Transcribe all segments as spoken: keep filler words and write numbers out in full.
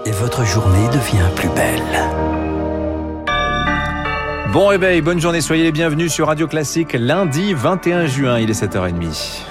et votre journée devient plus belle. Bon réveil, bonne journée, soyez les bienvenus sur Radio Classique, lundi vingt et un juin, il est sept heures trente.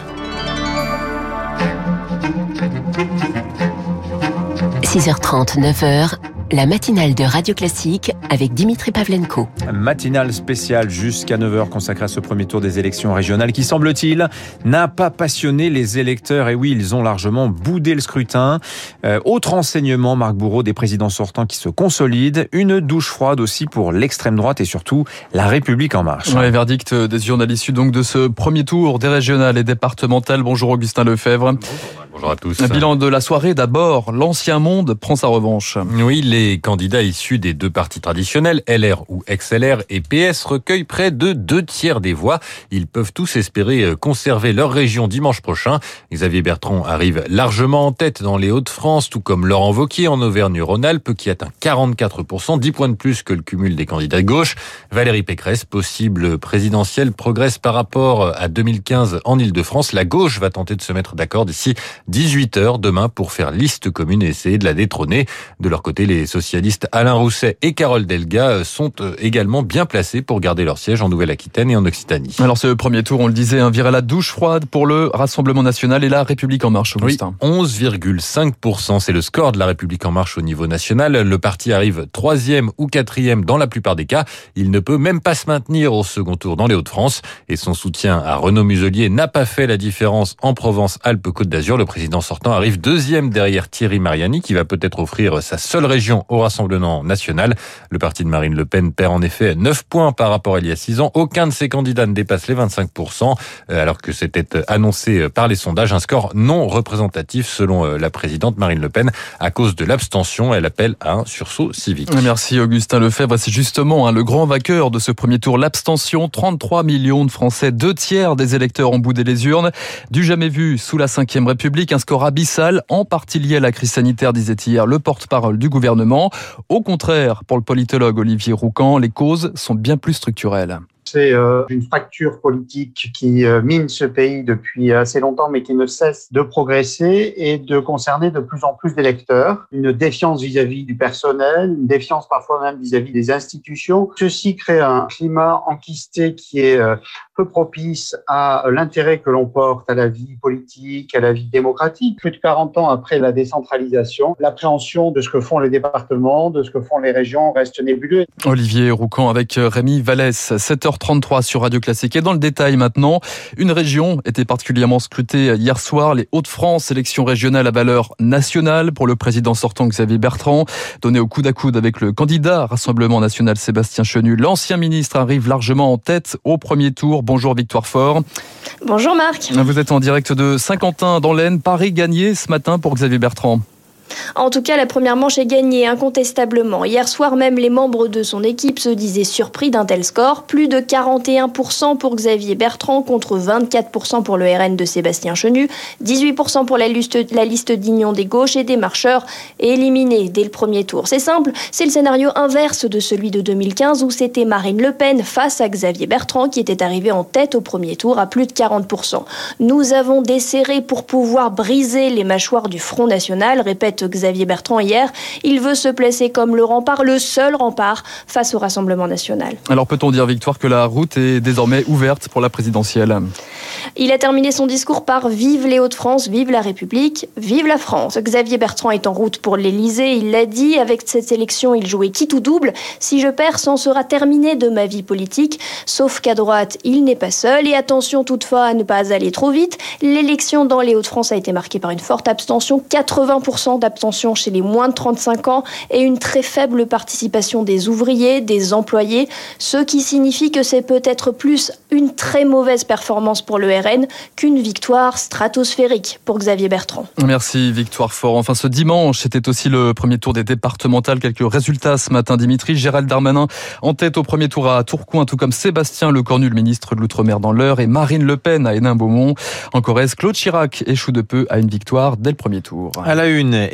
six heures trente, neuf heures, la matinale de Radio Classique avec Dimitri Pavlenko. Matinale spéciale jusqu'à neuf heures consacrée à ce premier tour des élections régionales qui, semble-t-il, n'a pas passionné les électeurs. Et oui, ils ont largement boudé le scrutin. Euh, autre enseignement, Marc Bourreau, des présidents sortants qui se consolident. Une douche froide aussi pour l'extrême droite et surtout la République en marche. Ouais, verdict des urnes à l'issue donc de ce premier tour des régionales et départementales. Bonjour Augustin Lefebvre. Bonjour à tous. Un bilan de la soirée d'abord. L'Ancien Monde prend sa revanche. Oui, les candidats issus des deux partis traditionnels, L R ou ex-L R et P S, recueillent près de deux tiers des voix. Ils peuvent tous espérer conserver leur région dimanche prochain. Xavier Bertrand arrive largement en tête dans les Hauts-de-France, tout comme Laurent Wauquiez en Auvergne-Rhône-Alpes, qui atteint quarante-quatre pour cent, dix points de plus que le cumul des candidats de gauche. Valérie Pécresse, possible présidentielle, progresse par rapport à deux mille quinze en Île-de-France. La gauche va tenter de se mettre d'accord d'ici dix-huit heures demain pour faire liste commune et essayer de la détrôner. De leur côté, les socialistes Alain Rousset et Carole Delga sont également bien placés pour garder leur siège en Nouvelle-Aquitaine et en Occitanie. Alors ce premier tour, on le disait, un viré à la douche froide pour le Rassemblement National et la République En Marche, Augustin. Oui, onze virgule cinq pour cent, c'est le score de la République En Marche au niveau national. Le parti arrive troisième ou quatrième dans la plupart des cas. Il ne peut même pas se maintenir au second tour dans les Hauts-de-France. Et son soutien à Renaud Muselier n'a pas fait la différence en Provence-Alpes-Côte d'Azur. Le président Le président sortant arrive deuxième derrière Thierry Mariani, qui va peut-être offrir sa seule région au Rassemblement national. Le parti de Marine Le Pen perd en effet neuf points par rapport à il y a six ans. Aucun de ses candidats ne dépasse les vingt-cinq pour cent, alors que c'était annoncé par les sondages. Un score non représentatif selon la présidente Marine Le Pen. À cause de l'abstention, elle appelle à un sursaut civique. Merci Augustin Lefebvre. C'est justement hein, le grand vainqueur de ce premier tour, l'abstention. trente-trois millions de Français, deux tiers des électeurs ont boudé les urnes. Du jamais vu sous la cinquième République. Un score abyssal, en partie lié à la crise sanitaire, disait hier le porte-parole du gouvernement. Au contraire, pour le politologue Olivier Roucan, les causes sont bien plus structurelles. C'est euh, une fracture politique qui euh, mine ce pays depuis assez longtemps, mais qui ne cesse de progresser et de concerner de plus en plus d'électeurs. Une défiance vis-à-vis du personnel, une défiance parfois même vis-à-vis des institutions. Ceci crée un climat enquisté qui est euh, peu propice à l'intérêt que l'on porte à la vie politique, à la vie démocratique. Plus de quarante ans après la décentralisation, l'appréhension de ce que font les départements, de ce que font les régions reste nébuleuse. Olivier Roucan avec Rémi Vallès, sept heures trente-trois sur Radio Classique. Et dans le détail maintenant, une région était particulièrement scrutée hier soir, les Hauts-de-France, élection régionale à valeur nationale pour le président sortant Xavier Bertrand, donné au coude à coude avec le candidat Rassemblement National Sébastien Chenu. L'ancien ministre arrive largement en tête au premier tour. Bonjour Victoire Fort. Bonjour Marc. Vous êtes en direct de Saint-Quentin dans l'Aisne. Paris gagné ce matin pour Xavier Bertrand. En tout cas, la première manche est gagnée incontestablement. Hier soir, même les membres de son équipe se disaient surpris d'un tel score. Plus de quarante et un pour cent pour Xavier Bertrand contre vingt-quatre pour cent pour le R N de Sébastien Chenu, dix-huit pour cent pour la liste, la liste d'Union des gauches et des marcheurs éliminés dès le premier tour. C'est simple, c'est le scénario inverse de celui de deux mille quinze où c'était Marine Le Pen face à Xavier Bertrand qui était arrivé en tête au premier tour à plus de quarante pour cent. Nous avons desserré pour pouvoir briser les mâchoires du Front National, répète Xavier Bertrand hier. Il veut se placer comme le rempart, le seul rempart face au Rassemblement national. Alors peut-on dire, Victoire, que la route est désormais ouverte pour la présidentielle ? Il a terminé son discours par « Vive les Hauts-de-France, vive la République, vive la France ». Xavier Bertrand est en route pour l'Élysée, il l'a dit. Avec cette élection, il jouait quitte ou double. Si je perds, c'en sera terminé de ma vie politique. Sauf qu'à droite, il n'est pas seul. Et attention toutefois à ne pas aller trop vite. L'élection dans les Hauts-de-France a été marquée par une forte abstention, quatre-vingts pour cent d'abstention chez les moins de trente-cinq ans et une très faible participation des ouvriers, des employés, ce qui signifie que c'est peut-être plus une très mauvaise performance pour le R N qu'une victoire stratosphérique pour Xavier Bertrand. Merci Victoire Fort. Enfin, ce dimanche, c'était aussi le premier tour des départementales. Quelques résultats ce matin, Dimitri. Gérald Darmanin en tête au premier tour à Tourcoing, tout comme Sébastien Lecornu, le ministre de l'Outre-mer dans l'Eure, et Marine Le Pen à Hénin-Beaumont. En Corrèze, Claude Chirac échoue de peu à une victoire dès le premier tour. À la une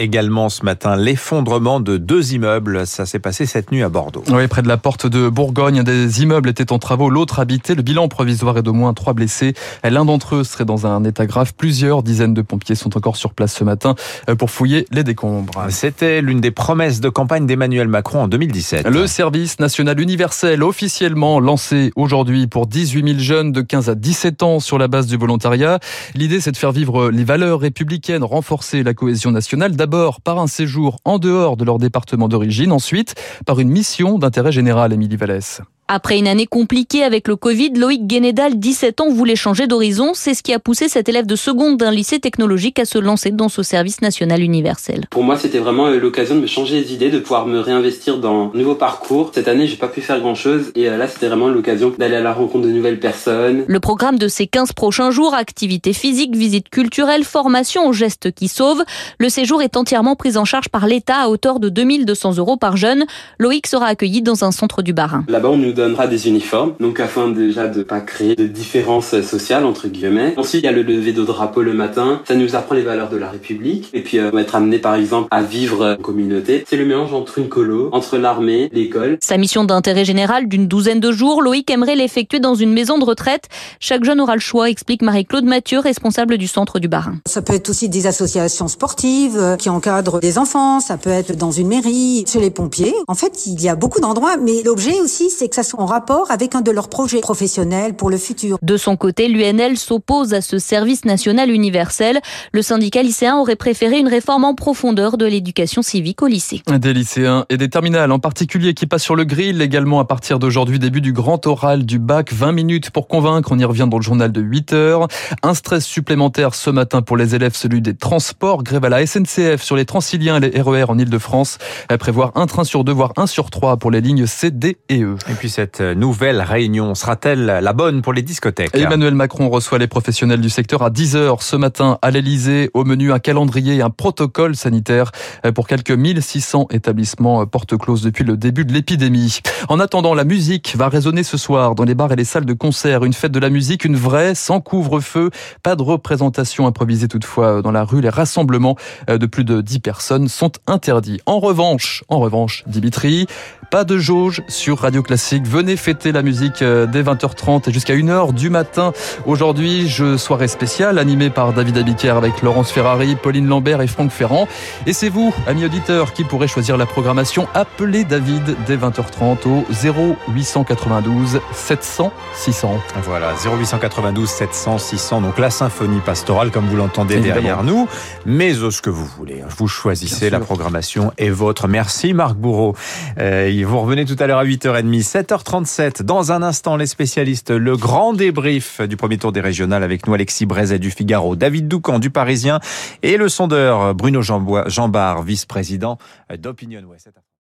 également ce matin l'effondrement de deux immeubles. Ça s'est passé cette nuit à Bordeaux. Oui, près de la porte de Bourgogne, des immeubles étaient en travaux, l'autre habitait. Le bilan provisoire est d'au moins trois blessés. L'un d'entre eux serait dans un état grave. Plusieurs dizaines de pompiers sont encore sur place ce matin pour fouiller les décombres. C'était l'une des promesses de campagne d'Emmanuel Macron en deux mille dix-sept. Le service national universel officiellement lancé aujourd'hui pour dix-huit mille jeunes de quinze à dix-sept ans sur la base du volontariat. L'idée, c'est de faire vivre les valeurs républicaines, renforcer la cohésion nationale, d'abord par un séjour en dehors de leur département d'origine, ensuite par une mission d'intérêt général, Émilie Vallès. Après une année compliquée avec le Covid, Loïc Guénédal, dix-sept ans, voulait changer d'horizon. C'est ce qui a poussé cet élève de seconde d'un lycée technologique à se lancer dans ce service national universel. Pour moi, c'était vraiment l'occasion de me changer les idées, de pouvoir me réinvestir dans un nouveau parcours. Cette année, j'ai pas pu faire grand chose et là, c'était vraiment l'occasion d'aller à la rencontre de nouvelles personnes. Le programme de ces quinze prochains jours, activités physiques, visites culturelles, formation aux gestes qui sauvent. Le séjour est entièrement pris en charge par l'État à hauteur de deux mille deux cents euros par jeune. Loïc sera accueilli dans un centre du Bas-Rhin. Là-bas, on nous donnera des uniformes, donc afin déjà de pas créer de différences sociales entre guillemets. Ensuite, il y a le lever de drapeau le matin, ça nous apprend les valeurs de la République, et puis euh, on va être amené par exemple à vivre en communauté. C'est le mélange entre une colo, entre l'armée, l'école. Sa mission d'intérêt général d'une douzaine de jours, Loïc aimerait l'effectuer dans une maison de retraite. Chaque jeune aura le choix, explique Marie-Claude Mathieu, responsable du centre du Bas-Rhin. Ça peut être aussi des associations sportives qui encadrent des enfants, ça peut être dans une mairie, chez les pompiers. En fait, il y a beaucoup d'endroits, mais l'objet aussi, c'est que ça soit en rapport avec un de leurs projets professionnels pour le futur. De son côté, l'U N L s'oppose à ce service national universel. Le syndicat lycéen aurait préféré une réforme en profondeur de l'éducation civique au lycée. Des lycéens et des terminales en particulier qui passent sur le grill. Également à partir d'aujourd'hui, début du grand oral du bac. vingt minutes pour convaincre, on y revient dans le journal de huit heures. Un stress supplémentaire ce matin pour les élèves, celui des transports. Grève à la S N C F sur les Transiliens et les R E R en Ile-de-France. À prévoir un train sur deux, voire un sur trois pour les lignes C, D et E. Et puis cette nouvelle réunion sera-t-elle la bonne pour les discothèques ? Emmanuel Macron reçoit les professionnels du secteur à dix heures ce matin à l'Elysée. Au menu, un calendrier et un protocole sanitaire pour quelques mille six cents établissements porte close depuis le début de l'épidémie. En attendant, la musique va résonner ce soir dans les bars et les salles de concert. Une fête de la musique, une vraie, sans couvre-feu. Pas de représentation improvisée toutefois dans la rue. Les rassemblements de plus de dix personnes sont interdits. En revanche, en revanche, Dimitri, pas de jauge sur Radio Classique. Venez fêter la musique dès vingt heures trente et jusqu'à une heure du matin. Aujourd'hui, je soirée spéciale animée par David Abiker avec Laurence Ferrari, Pauline Lambert et Franck Ferrand. Et c'est vous, amis auditeurs, qui pourrez choisir la programmation. Appelez David dès vingt heures trente au zéro huit cent quatre-vingt-douze sept cents six cents. Voilà, zéro huit cent quatre-vingt-douze sept cents six cents. Donc la symphonie pastorale, comme vous l'entendez Évidemment. derrière nous. Mais ce que vous voulez. Vous choisissez, la programmation est vôtre. Merci Marc Bourreau. Euh, vous revenez tout à l'heure à huit heures trente, sept heures trente-sept. Dans un instant, les spécialistes, le grand débrief du premier tour des régionales avec nous, Alexis Brézet du Figaro, David Doucan du Parisien et le sondeur Bruno Jambard, vice-président d'Opinion Ouest.